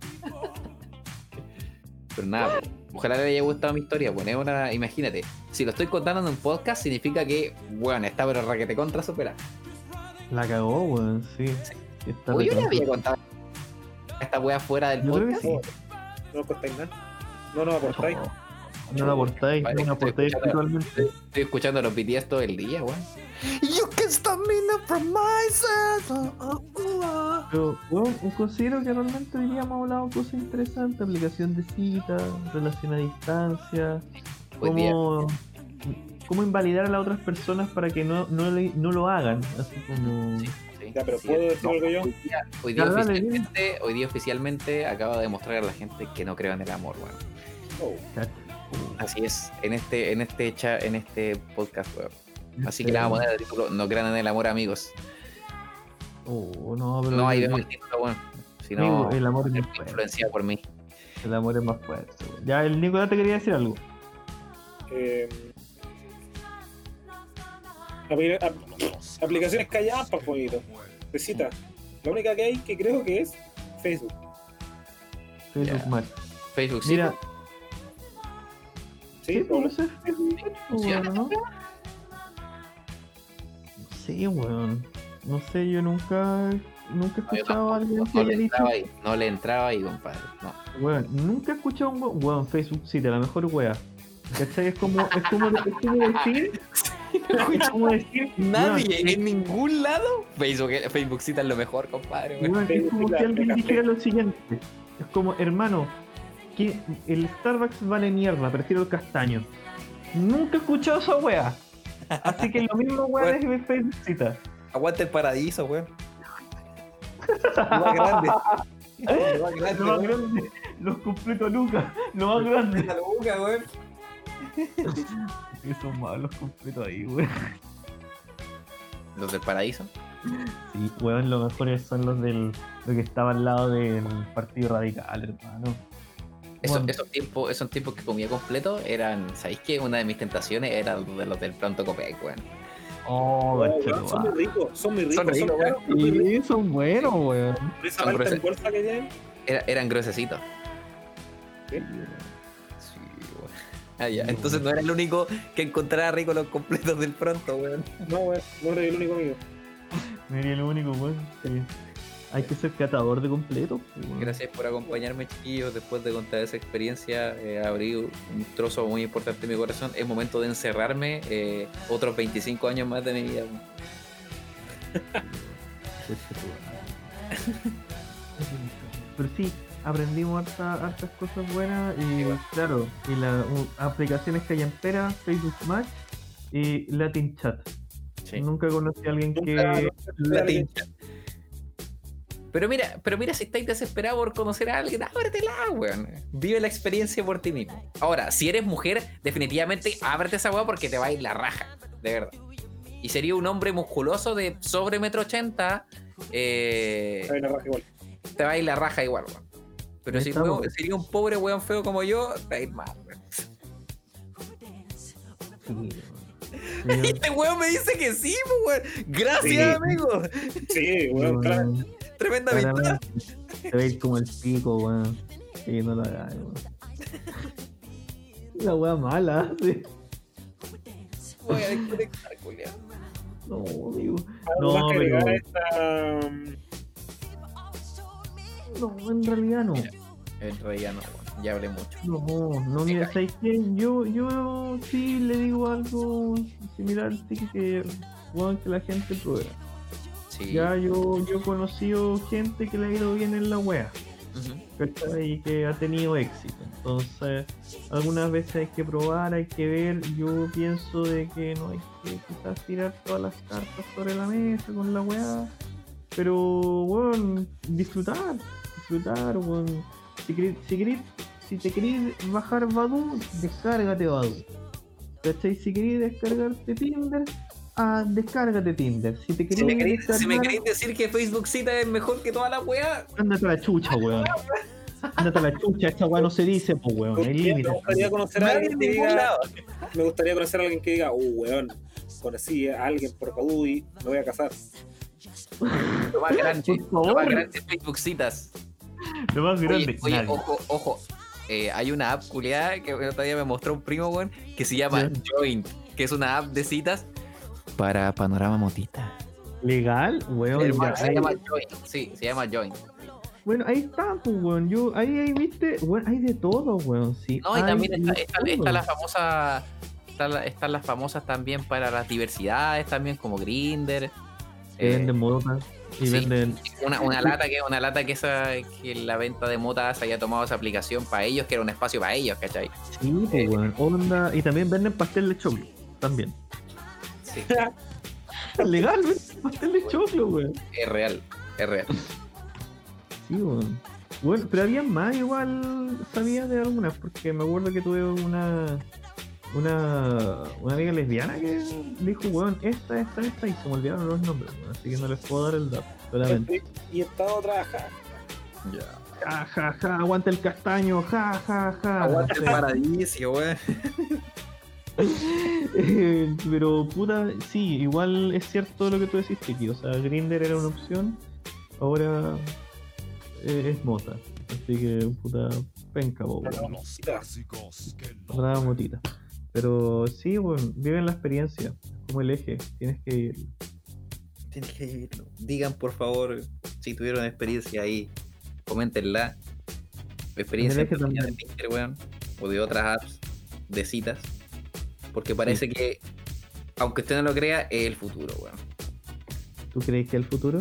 Pero nada, pues, ojalá le haya gustado mi historia. Pues, es una, imagínate, si lo estoy contando en un podcast, significa que, bueno, está pero raquete contra supera. La cagó, weón, sí. Está Oye, yo le recontra- había contado esta wea fuera del Yo creo que podcast. sí. No costáis nada. No nos aportáis. No la aportáis, Vale, no la estoy aportáis escuchando- espiritualmente. Estoy escuchando los BTS todo el día, weón. You can stop me now from myself. Pero, bueno, considero que realmente hoy día hemos hablado cosas interesantes, aplicación de citas, relación a distancia, Hoy día. cómo invalidar a las otras personas para que no lo hagan, así como... Sí, Ya, pero sí. ¿puedo decir algo yo? Hoy día Ya, dale, oficialmente acabo de demostrar a la gente que no creo en el amor, weón. Oh. Así es, en este podcast, weón. Así que le vamos a poner el título, no crean en el amor, amigos. Oh, no, pero No, ahí vemos el título, weón. Si no, amigo, el amor es estoy más fuerte. influenciado por mí. El amor es más fuerte. Güey. Ya, el Nicolás te quería decir algo. Aplicaciones calladas para jueguitos. De cita. La única que hay que creo que es Facebook. Facebook Ya. Match. Facebook, sí. Mira, Sí, pues, no sé, Facebook Match, funciona. weón, ¿no? Sí, weón. No sé, yo nunca he No, yo escuchado a alguien que no haya le dicho. entraba ahí, no le entraba ahí, compadre. No. Weón, nunca he escuchado un weón, Facebook City, la mejor wea. ¿Cachai? Es como decir. Es como decir. Nadie, en ningún lado. Facebook cita es lo mejor, compadre. weón. Weón, es Facebook como City, si alguien la dijera lo siguiente. Es como, hermano, que el Starbucks vale mierda, prefiero el castaño. Nunca he escuchado esa wea. Así que lo mismo wea Bueno. de Facebook Cita. Aguanta el paraíso, weón. Lo más grande. Lo más grande, Lo más weón. grande, los completos Lucas, lo más grande. La boca, weón. Que son malos los completos ahí, weón. Los del paraíso. Sí, weón, los mejores son los lo que estaba al lado del Partido Radical, hermano. Bueno. Esos tiempos que comía completo eran, ¿sabéis qué? Una de mis tentaciones era de los del Pronto Copec, weón. Oh, Oh, concha weón, tu son muy madre. ricos, son muy ricos, Son ricos, caros, son muy ricos. Sí, son buenos, weón. Esa Son malta en gruesos. bolsa que tienen. Eran gruesecitos. ¿Sí? Sí, weón. Ah, ya. Entonces no era el único que encontraba rico los completos del Pronto, weón. No, weón, no eres el único amigo. Sería el único, weón. Sí. Hay que ser catador de completo. Weón. Gracias por acompañarme, chiquillos. Después de contar esa experiencia, abrí un trozo muy importante de mi corazón. Es momento de encerrarme otros 25 años más de mi vida. Pero sí, aprendimos hartas cosas buenas y claro, y las aplicaciones que hay en Pera, Facebook Match y Latin Chat. Sí. Nunca conocí a alguien que... La tincha. Pero mira, si estáis desesperados por conocer a alguien, ábretela, weón. Vive la experiencia por ti mismo. Ahora, si eres mujer, definitivamente ábrete esa weá porque te va a ir la raja, de verdad. Y sería un hombre musculoso de sobre 1,80 m. Hay una raja igual. Te va a ir la raja igual, weón. Pero Ahí si estamos. sería un pobre weón feo como yo, te va a ir mal, weón. Sí, Este weón me dice que sí, pues, weón. Gracias, Sí. amigo. Sí, weón, claro. Tremenda amistad. claramente te va a ir como el pico, weón. Sí, no lo hagas, weón. La wea mala, sí. Voy a desconectar, culiao. No, amigo. Algo No, más que agregar a pero... esta. No, en realidad no. En realidad no, weón. Ya hablé mucho. No, mira, ¿sabes qué? Yo sí le digo algo similar, sí que, bueno, que la gente pruebe. Sí. Ya yo he conocido gente que le ha ido bien en la wea. Ujú. ¿cachai? Y que ha tenido éxito. Entonces, algunas veces hay que probar, hay que ver. Yo pienso de que no hay que quizás tirar todas las cartas sobre la mesa con la weá. Pero, bueno, disfrutar, weón. Si te querés bajar Badoo, descárgate Badoo. ¿Cachai? Si querés descargarte Tinder, descárgate Tinder. Si te Si me querés queréis descargar, decir que Facebook Cita es mejor que toda la weá, ándate a la chucha, weón. Ándate a la chucha, esta weá no se dice, pues, weón. Hay Me límites. gustaría conocer a nadie alguien en que ningún diga, lado. me gustaría conocer a alguien que diga, weón, conocí a alguien por Badoo y me voy a casar. Lo más grande, Por favor. lo más grande es Facebook Citas. Lo más grande. Oye, nadie. ojo. Hay una app culiada que el otro día me mostró un primo, weón, que se llama Ya. Join, que es una app de citas para Panorama Motita. ¿Legal? Weón, Hermano, ya, se ahí- llama Join. Sí, se llama Join. Bueno, ahí está, pues, weón. Ahí viste, weón, hay de todo, weón. Sí, No, y hay también de está todo. la famosa. Están las famosas también para las diversidades, también como Grindr. Que venden motas y sí. venden. Una lata que la venta de motas haya tomado esa aplicación para ellos, que era un espacio para ellos, ¿cachai? Sí, pues, weón. Onda. Y también venden pastel de choclo. También. Sí, Legal, weón. Pastel de choclo, weón. es real. Sí, weón. Bueno, pero había más, igual sabía de algunas, porque me acuerdo que tuve una amiga lesbiana que dijo, weón, esta, y se me olvidaron los nombres, weón, así que no les puedo dar el dato, solamente. Y he estado trabajando. Ja, ja, ja, aguanta el castaño, ja, ja, ja. Aguanta el No sé. paradiso, weón. Pero puta, sí, igual es cierto lo que tú decís, Tiki, o sea, Grindr era una opción, ahora es mota, así que puta, penca, po, weón. Otra motita. Pero sí, bueno, viven la experiencia, como el eje, tienes que ir. Tienes que vivirlo. Digan, por favor, si tuvieron experiencia ahí, coméntenla. Experiencia En el eje de también. Tinder, weón, o de otras apps de citas. Porque parece que, aunque usted no lo crea, es el futuro, weón. ¿Tú crees que es el futuro?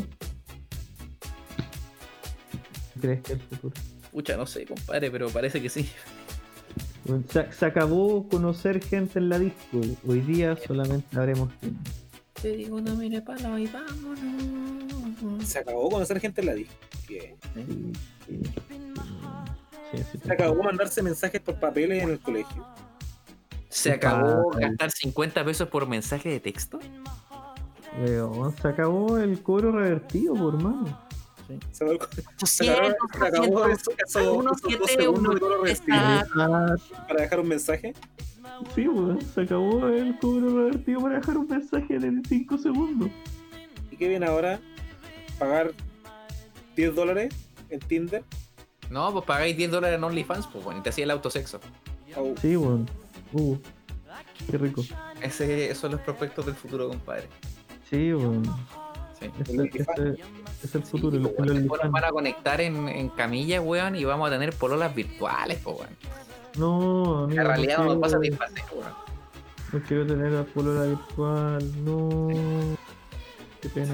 ¿Tú crees que es el futuro? Pucha, no sé, compadre, pero parece que sí. Bueno, se acabó conocer gente en la disco. Hoy día solamente habremos Tinder. Te digo, no mire palo y vámonos. Se acabó conocer gente en la disco. Sí, sí, sí. Sí, sí, Se acabó mandarse mensajes por papeles en el colegio. ¿Se acabó Ay. gastar 50 pesos por mensaje de texto? Weón, se acabó el cobro revertido, por hermano. Se acabó esos 2 segundos de cobro revertido para dejar un mensaje. Sí, weón, se acabó el cobro revertido para dejar un mensaje de 5 segundos. ¿Y qué viene ahora? ¿Pagar $10 en Tinder? No, pues pagáis $10 en OnlyFans, pues bueno, y te hacía el autosexo. Au. Sí, weón. Qué rico. Esos son los prospectos del futuro, compadre. Sí, weón. Sí. Ese es el futuro. Sí, el pues, después nos OnlyFans. van a conectar en camillas, weón, y vamos a tener pololas virtuales, pues, weón. No, amigo, En realidad no nos va a quiero- satisfacer, weón. no quiero tener la polola virtual. No. Qué pena.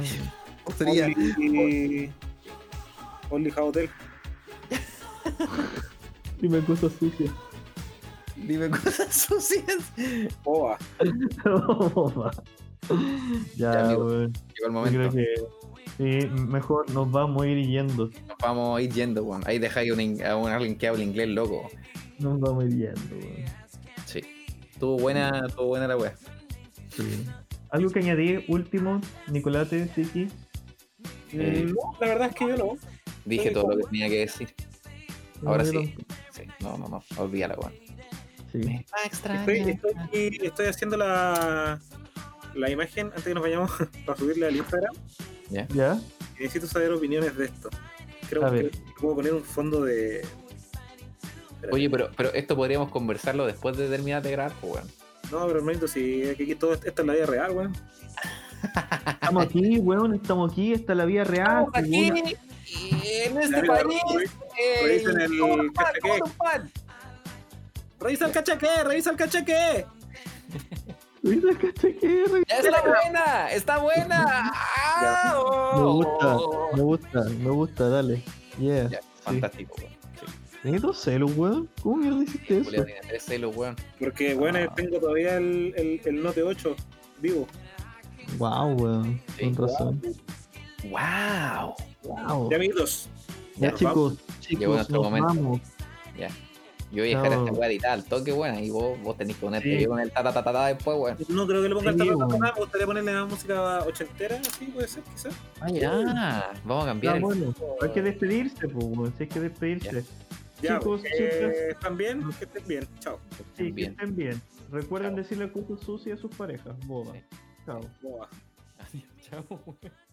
Only Hotel. Dime cosas sucias. Dime cosas sucias. Oa. Ya, amigo, weón. Llegó el Yo momento. creo que sí, mejor nos vamos a ir yendo. Nos vamos a ir yendo, weón. Ahí dejáis a alguien que hable inglés, loco. Nos vamos a ir yendo, weón. Sí. Estuvo buena la weá. Sí. Algo que añadir último, Nicolate, Tiki. No, la verdad es que yo no. Dije todo lo que tenía que decir. Ahora Yo sí. tampoco. Sí. No. Olvídala, weón. Sí. Estoy haciendo la imagen antes que nos vayamos para subirle al Instagram. ¿Ya? ¿Ya? Y necesito saber opiniones de esto. Creo A que ver. puedo poner un fondo de. Oye, pero esto podríamos conversarlo después de terminar de grabar, pues, weón. No, pero hermanito, si aquí todo esto es la vida real, weón. Estamos aquí, weón, estamos aquí, esta es la vida real. Estamos aquí, weón. en este Mira, país. revisen el somos un pan, cachaqué. somos un pan. Revisa el cachaqué. Mira, cachaqué, Ya está buena, está buena. Ah, Me oh. gusta, dale. Yeah. Ya. Fantástico, weón. Sí. ¿Tenés 2 celos, weón? ¿Cómo mierda hiciste eso? Julián tiene 3 celos, weón. Porque, bueno, Ah. tengo todavía el Note 8 vivo. Wow, weón. Sí. Con razón. ¡Wow! Wow. Ya, amigos. Ya, Ya, chicos, Llegó nuestro nos momento. vamos. Ya. Yo voy a dejar Chao. esta weá editada al toque, weón. Y vos tenés que ponerte Sí. bien con el ta después, weón. No creo que le ponga Sí, el bueno. Me gustaría ponerle una música ochentera, así puede ser, quizás. Ah, ya. Vamos a cambiar Ya, el. bueno, hay que despedirse, pues, weón. Sí, hay que despedirse. Ya, Chicos, chicas, ¿están bien? Que estén bien. Chao. sí, que Bien. estén bien. Recuerden Chao. decirle cosas sucias a sus parejas, boba. Sí. Chao. Boa. Chao, weón.